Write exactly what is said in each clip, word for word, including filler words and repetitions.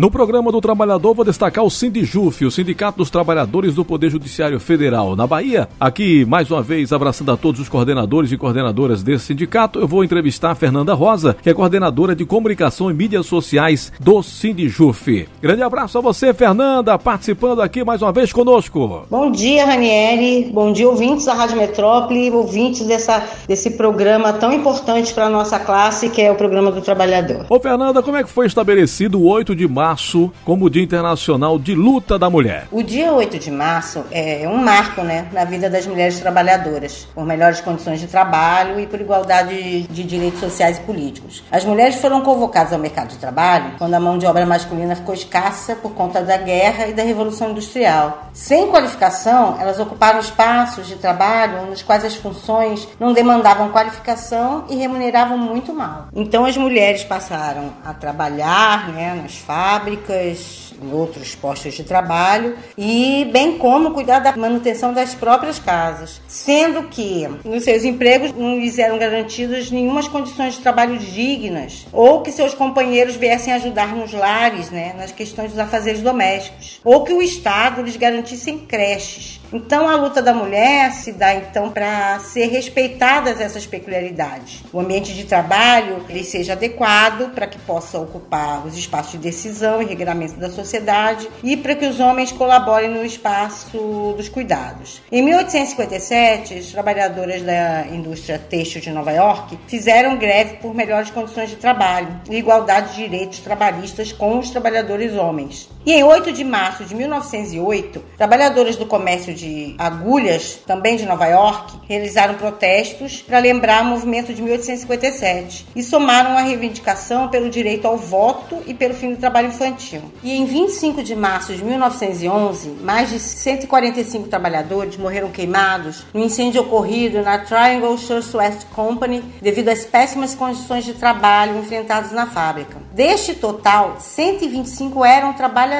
No programa do Trabalhador vou destacar o Sindijuf, o Sindicato dos Trabalhadores do Poder Judiciário Federal na Bahia. Aqui, mais uma vez, abraçando a todos os coordenadores e coordenadoras desse sindicato, eu vou entrevistar a Fernanda Rosa, que é coordenadora de comunicação e mídias sociais do Sindijuf. Grande abraço a você, Fernanda, participando aqui mais uma vez conosco. Bom dia, Ranieri. Bom dia, ouvintes da Rádio Metrópole, ouvintes dessa, desse programa tão importante para a nossa classe, que é o Programa do Trabalhador. Ô, Fernanda, como é que foi estabelecido o oito de março como Dia Internacional de Luta da Mulher? O dia oito de março é um marco, né, na vida das mulheres trabalhadoras, por melhores condições de trabalho e por igualdade de direitos sociais e políticos. As mulheres foram convocadas ao mercado de trabalho quando a mão de obra masculina ficou escassa por conta da guerra e da Revolução Industrial. Sem qualificação, elas ocuparam espaços de trabalho nos quais as funções não demandavam qualificação e remuneravam muito mal. Então as mulheres passaram a trabalhar, né, nas fábricas, fábricas, em outros postos de trabalho e bem como cuidar da manutenção das próprias casas, sendo que nos seus empregos não lhes eram garantidas nenhumas condições de trabalho dignas ou que seus companheiros viessem ajudar nos lares, né, nas questões dos afazeres domésticos, ou que o Estado lhes garantisse creches. Então a luta da mulher se dá então para ser respeitadas essas peculiaridades. O ambiente de trabalho ele seja adequado para que possa ocupar os espaços de decisão e regramento da sociedade e para que os homens colaborem no espaço dos cuidados. Em mil oitocentos e cinquenta e sete, as trabalhadoras da indústria têxtil de Nova York fizeram greve por melhores condições de trabalho e igualdade de direitos trabalhistas com os trabalhadores homens. E em oito de março de mil novecentos e oito, trabalhadoras do comércio de agulhas, também de Nova York, realizaram protestos para lembrar o movimento de mil oitocentos e cinquenta e sete e somaram a reivindicação pelo direito ao voto e pelo fim do trabalho infantil. E em vinte e cinco de março de mil novecentos e onze, mais de cento e quarenta e cinco trabalhadores morreram queimados no incêndio ocorrido na Triangle Shirtwaist Company devido às péssimas condições de trabalho enfrentadas na fábrica. Deste total, cento e vinte e cinco eram trabalhadoras.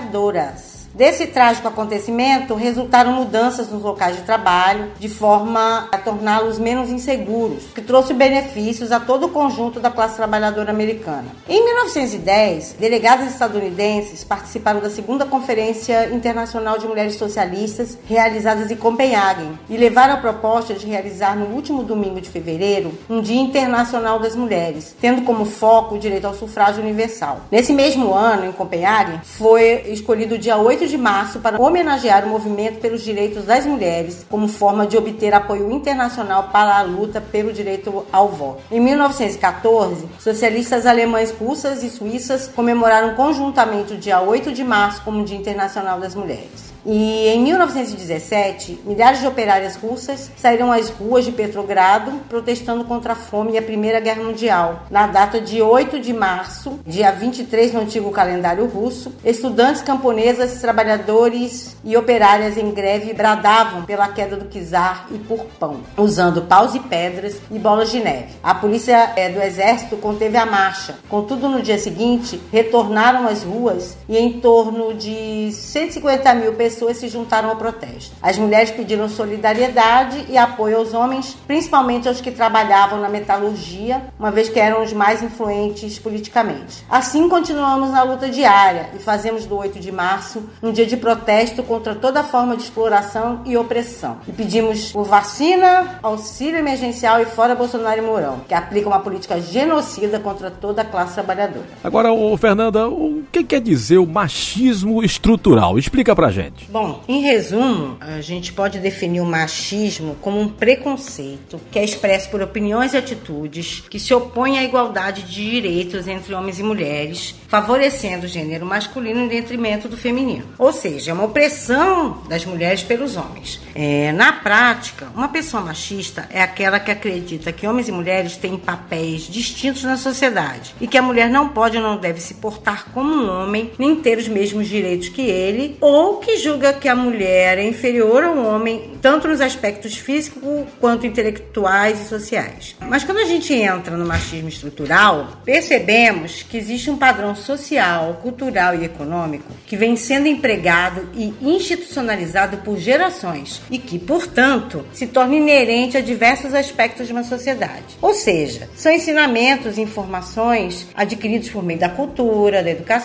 Desse trágico acontecimento, resultaram mudanças nos locais de trabalho, de forma a torná-los menos inseguros, que trouxe benefícios a todo o conjunto da classe trabalhadora americana. Em mil novecentos e dez, delegadas estadunidenses participaram da segunda Conferência Internacional de Mulheres Socialistas, realizadas em Copenhague, e levaram a proposta de realizar no último domingo de fevereiro um Dia Internacional das Mulheres, tendo como foco o direito ao sufrágio universal. Nesse mesmo ano, em Copenhague, foi escolhido o dia oito de março para homenagear o movimento pelos direitos das mulheres como forma de obter apoio internacional para a luta pelo direito ao voto. Em mil novecentos e catorze, socialistas alemães, russas e suíças comemoraram conjuntamente o dia oito de março como Dia Internacional das Mulheres. E em mil novecentos e dezessete, milhares de operárias russas saíram às ruas de Petrogrado protestando contra a fome e a Primeira Guerra Mundial. Na data de oito de março, dia vinte e três no antigo calendário russo, estudantes camponesas, trabalhadores e operárias em greve bradavam pela queda do czar e por pão, usando paus e pedras e bolas de neve. A polícia é, do exército conteve a marcha. Contudo, no dia seguinte, retornaram às ruas e em torno de cento e cinquenta mil pessoas pessoas se juntaram ao protesto. As mulheres pediram solidariedade e apoio aos homens, principalmente aos que trabalhavam na metalurgia, uma vez que eram os mais influentes politicamente. Assim, continuamos na luta diária e fazemos do oito de março um dia de protesto contra toda forma de exploração e opressão. E pedimos por vacina, auxílio emergencial e fora Bolsonaro e Mourão, que aplicam uma política genocida contra toda a classe trabalhadora. Agora, ô, Fernanda, o que quer dizer o machismo estrutural? Explica pra gente. Bom, em resumo, a gente pode definir o machismo como um preconceito que é expresso por opiniões e atitudes que se opõem à igualdade de direitos entre homens e mulheres, favorecendo o gênero masculino em detrimento do feminino. Ou seja, é uma opressão das mulheres pelos homens. É, na prática, uma pessoa machista é aquela que acredita que homens e mulheres têm papéis distintos na sociedade e que a mulher não pode ou não deve se portar como um homem, nem ter os mesmos direitos que ele, ou que julga que a mulher é inferior ao homem, tanto nos aspectos físicos quanto intelectuais e sociais. Mas quando a gente entra no machismo estrutural, percebemos que existe um padrão social, cultural e econômico que vem sendo empregado e institucionalizado por gerações e que, portanto, se torna inerente a diversos aspectos de uma sociedade. Ou seja, são ensinamentos e informações adquiridos por meio da cultura, da educação,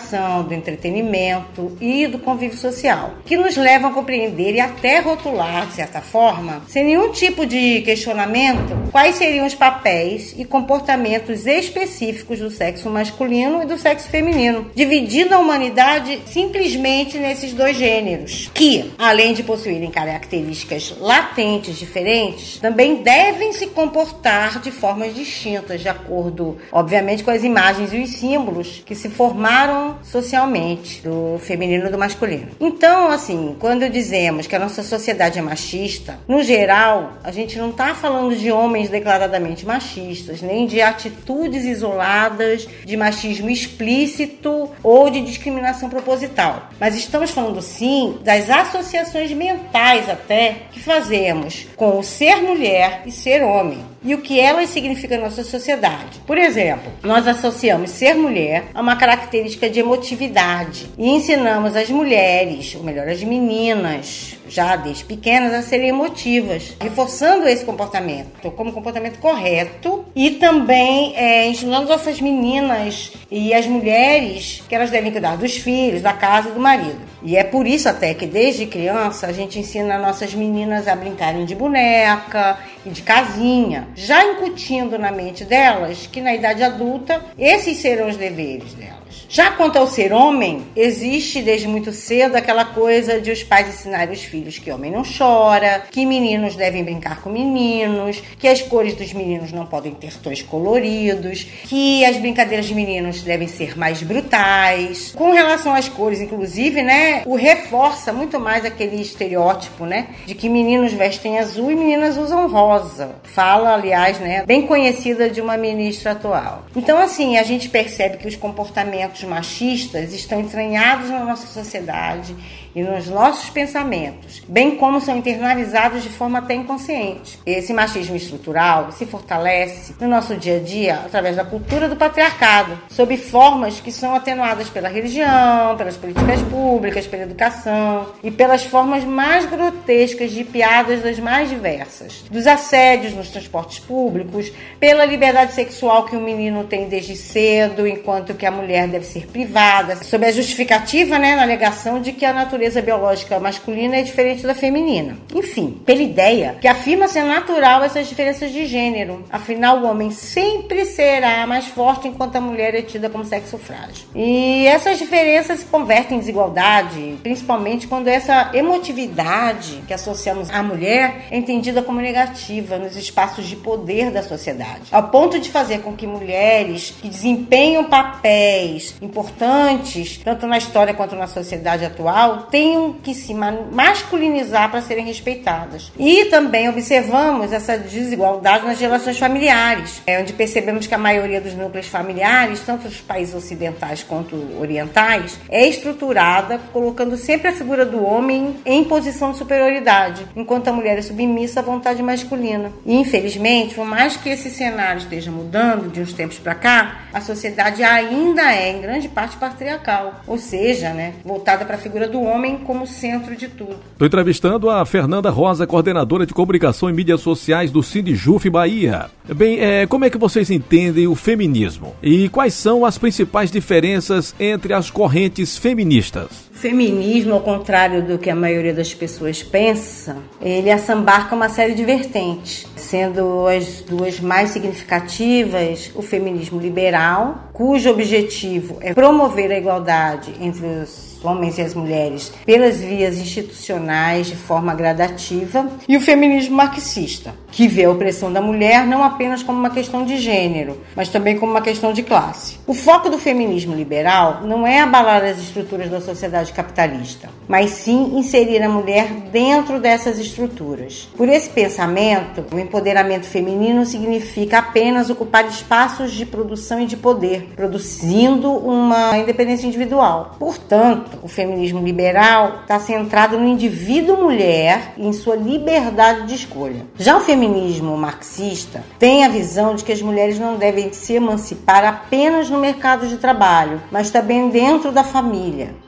educação, do entretenimento e do convívio social, que nos levam a compreender e até rotular, de certa forma, sem nenhum tipo de questionamento, quais seriam os papéis e comportamentos específicos do sexo masculino e do sexo feminino, dividindo a humanidade simplesmente nesses dois gêneros, que, além de possuírem características latentes diferentes, também devem se comportar de formas distintas, de acordo, obviamente, com as imagens e os símbolos que se formaram socialmente do feminino e do masculino. Então, assim, quando dizemos que a nossa sociedade é machista, no geral, a gente não está falando de homens declaradamente machistas, nem de atitudes isoladas de machismo explícito ou de discriminação proposital. Mas estamos falando, sim, das associações mentais até que fazemos com o ser mulher e ser homem, e o que elas significam na nossa sociedade. Por exemplo, nós associamos ser mulher a uma característica de emotividade e ensinamos as mulheres, ou melhor, as meninas, já desde pequenas, a serem emotivas, reforçando esse comportamento como comportamento correto e também é, ensinando essas meninas e as mulheres que elas devem cuidar dos filhos, da casa e do marido. E é por isso até que desde criança a gente ensina nossas meninas a brincarem de boneca e de casinha, já incutindo na mente delas que na idade adulta esses serão os deveres delas. Já quanto ao ser homem, existe desde muito cedo aquela coisa de os pais ensinarem os filhos que homem não chora, que meninos devem brincar com meninos, que as cores dos meninos não podem ter tons coloridos, que as brincadeiras de meninos devem ser mais brutais. Com relação às cores, inclusive, né, o reforça muito mais aquele estereótipo, né, de que meninos vestem azul e meninas usam rosa. Fala, aliás, né, bem conhecida de uma ministra atual. Então, assim, a gente percebe que os comportamentos machistas estão entranhados na nossa sociedade e nos nossos pensamentos, bem como são internalizados de forma até inconsciente. Esse machismo estrutural se fortalece no nosso dia a dia através da cultura do patriarcado, sob formas que são atenuadas pela religião, pelas políticas públicas, pela educação e pelas formas mais grotescas de piadas das mais diversas, dos assédios nos transportes públicos, pela liberdade sexual que o menino tem desde cedo, enquanto que a mulher deve ser privada, sob a justificativa, né, na alegação de que a natureza biológica masculina é diferente da feminina. Enfim, pela ideia que afirma ser natural essas diferenças de gênero. Afinal, o homem sempre será mais forte enquanto a mulher é tida como sexo frágil. E essas diferenças se convertem em desigualdade, principalmente quando essa emotividade que associamos à mulher é entendida como negativa nos espaços de poder da sociedade, ao ponto de fazer com que mulheres que desempenham papéis importantes, tanto na história quanto na sociedade atual, tenham que se masculinizar para serem respeitadas. E também observamos essa desigualdade nas relações familiares, é onde percebemos que a maioria dos núcleos familiares, tanto dos países ocidentais quanto orientais, é estruturada colocando sempre a figura do homem em posição de superioridade, enquanto a mulher é submissa à vontade masculina. E, infelizmente, por mais que esse cenário esteja mudando de uns tempos para cá, a sociedade ainda é, em grande parte, patriarcal, ou seja, né, voltada para a figura do homem como centro de tudo. Estou entrevistando a Fernanda Rosa, coordenadora de comunicação e mídias sociais do Sindijuf Bahia. Bem, é, como é que vocês entendem o feminismo? E quais são as principais diferenças entre as correntes feministas? O feminismo, ao contrário do que a maioria das pessoas pensa, ele assambarca uma série de vertentes, sendo as duas mais significativas o feminismo liberal, cujo objetivo é promover a igualdade entre os homens e as mulheres pelas vias institucionais de forma gradativa, e o feminismo marxista, que vê a opressão da mulher não apenas como uma questão de gênero, mas também como uma questão de classe. O foco do feminismo liberal não é abalar as estruturas da sociedade capitalista, mas sim inserir a mulher dentro dessas estruturas. Por esse pensamento, o empoderamento feminino significa apenas ocupar espaços de produção e de poder, produzindo uma independência individual. Portanto, o feminismo liberal está centrado no indivíduo mulher e em sua liberdade de escolha. Já o feminismo marxista tem a visão de que as mulheres não devem se emancipar apenas no mercado de trabalho, mas também dentro da família, buscando uma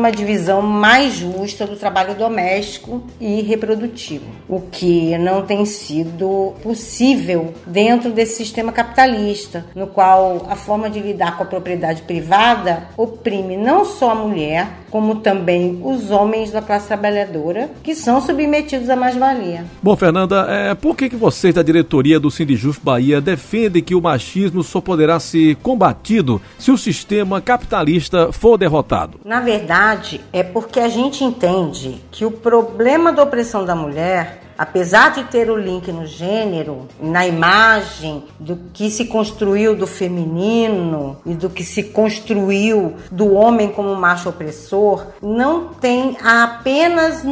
uma divisão mais justa do trabalho doméstico e reprodutivo, o que não tem sido possível dentro desse sistema capitalista, no qual a forma de lidar com a propriedade privada oprime não só a mulher, como também os homens da classe trabalhadora, que são submetidos à mais-valia. Bom, Fernanda, é, por que, que vocês da diretoria do Sindijuf Bahia defendem que o machismo só poderá ser combatido se o sistema capitalista for derrotado? Na verdade, é porque a gente entende que o problema da opressão da mulher, apesar de ter o link no gênero, na imagem do que se construiu do feminino e do que se construiu do homem como macho opressor, não tem apenas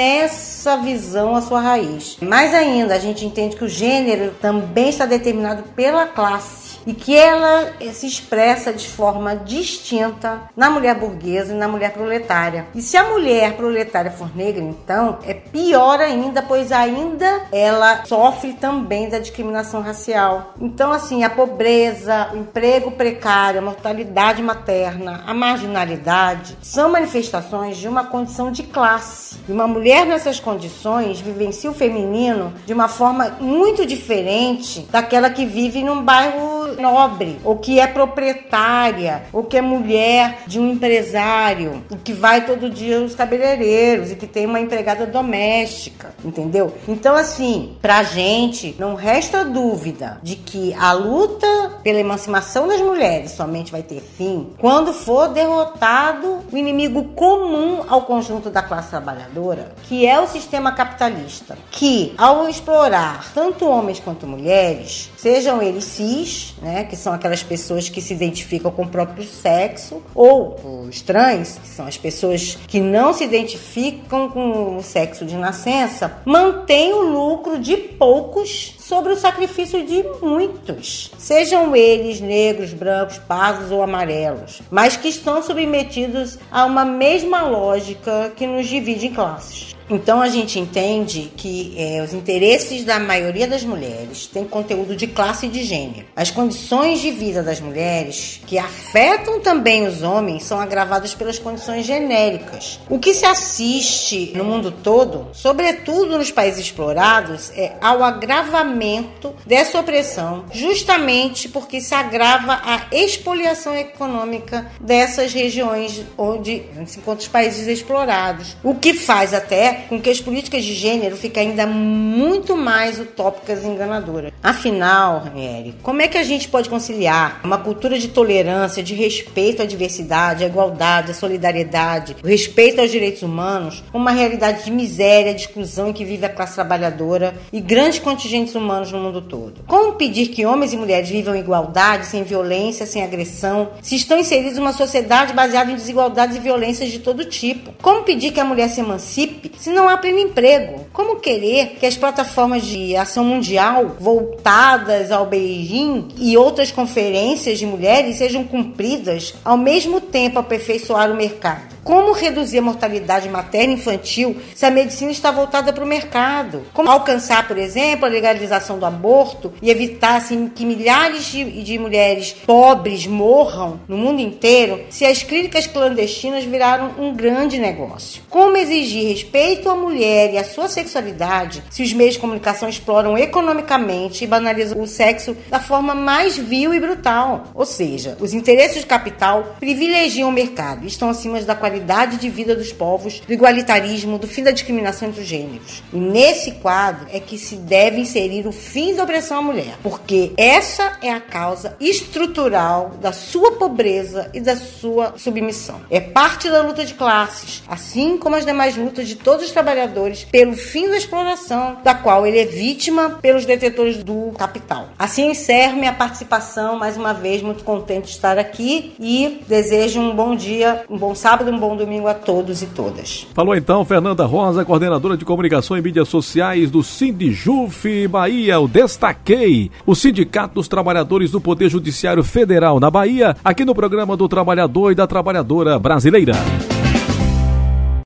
nessa visão a sua raiz. Mais ainda, a gente entende que o gênero também está determinado pela classe e que ela se expressa de forma distinta na mulher burguesa e na mulher proletária. E se a mulher proletária for negra, então, é pior ainda, pois ainda ela sofre também da discriminação racial. Então, assim, a pobreza, o emprego precário, a mortalidade materna, a marginalidade são manifestações de uma condição de classe. E uma mulher nessas condições vivencia o feminino de uma forma muito diferente daquela que vive num bairro nobre, ou que é proprietária, ou que é mulher de um empresário, e que vai todo dia aos cabeleireiros e que tem uma empregada doméstica, entendeu? Então, assim, pra gente não resta dúvida de que a luta pela emancipação das mulheres somente vai ter fim quando for derrotado o inimigo comum ao conjunto da classe trabalhadora, que é o sistema capitalista, que ao explorar tanto homens quanto mulheres, sejam eles cis, né, que são aquelas pessoas que se identificam com o próprio sexo, ou os trans, que são as pessoas que não se identificam com o sexo de nascença, mantém o lucro de poucos sobre o sacrifício de muitos, sejam eles negros, brancos, pardos ou amarelos, mas que estão submetidos a uma mesma lógica que nos divide em classes. Então a gente entende que é, os interesses da maioria das mulheres têm conteúdo de classe e de gênero. As condições de vida das mulheres, que afetam também os homens, são agravadas pelas condições genéricas. O que se assiste no mundo todo, sobretudo nos países explorados, é ao agravamento dessa opressão, justamente porque se agrava a expoliação econômica dessas regiões onde se encontram os países explorados. O que faz até com que as políticas de gênero fiquem ainda muito mais utópicas e enganadoras. Afinal, Ranieri, como é que a gente pode conciliar uma cultura de tolerância, de respeito à diversidade, à igualdade, à solidariedade, o respeito aos direitos humanos, com uma realidade de miséria, de exclusão em que vive a classe trabalhadora e grandes contingentes humanos no mundo todo? Como pedir que homens e mulheres vivam em igualdade, sem violência, sem agressão, se estão inseridos em uma sociedade baseada em desigualdades e violências de todo tipo? Como pedir que a mulher se emancipe se não há pleno emprego? Como querer que as plataformas de ação mundial voltadas ao Beijing e outras conferências de mulheres sejam cumpridas ao mesmo tempo aperfeiçoar o mercado? Como reduzir a mortalidade materna e infantil se a medicina está voltada para o mercado? Como alcançar, por exemplo, a legalização do aborto e evitar assim, que milhares de, de mulheres pobres morram no mundo inteiro se as clínicas clandestinas viraram um grande negócio? Como exigir respeito à mulher e à sua sexualidade se os meios de comunicação exploram economicamente e banalizam o sexo da forma mais vil e brutal? Ou seja, os interesses do capital privilegiam o mercado e estão acima da qualidade qualidade de vida dos povos, do igualitarismo, do fim da discriminação entre os gêneros. E nesse quadro é que se deve inserir o fim da opressão à mulher, porque essa é a causa estrutural da sua pobreza e da sua submissão. É parte da luta de classes, assim como as demais lutas de todos os trabalhadores pelo fim da exploração, da qual ele é vítima pelos detentores do capital. Assim encerro minha participação, mais uma vez muito contente de estar aqui e desejo um bom dia, um bom sábado, um bom domingo a todos e todas. Falou então Fernanda Rosa, coordenadora de comunicação e mídias sociais do Sindijuf Bahia. Eu destaquei o Sindicato dos Trabalhadores do Poder Judiciário Federal na Bahia, aqui no programa do Trabalhador e da Trabalhadora Brasileira.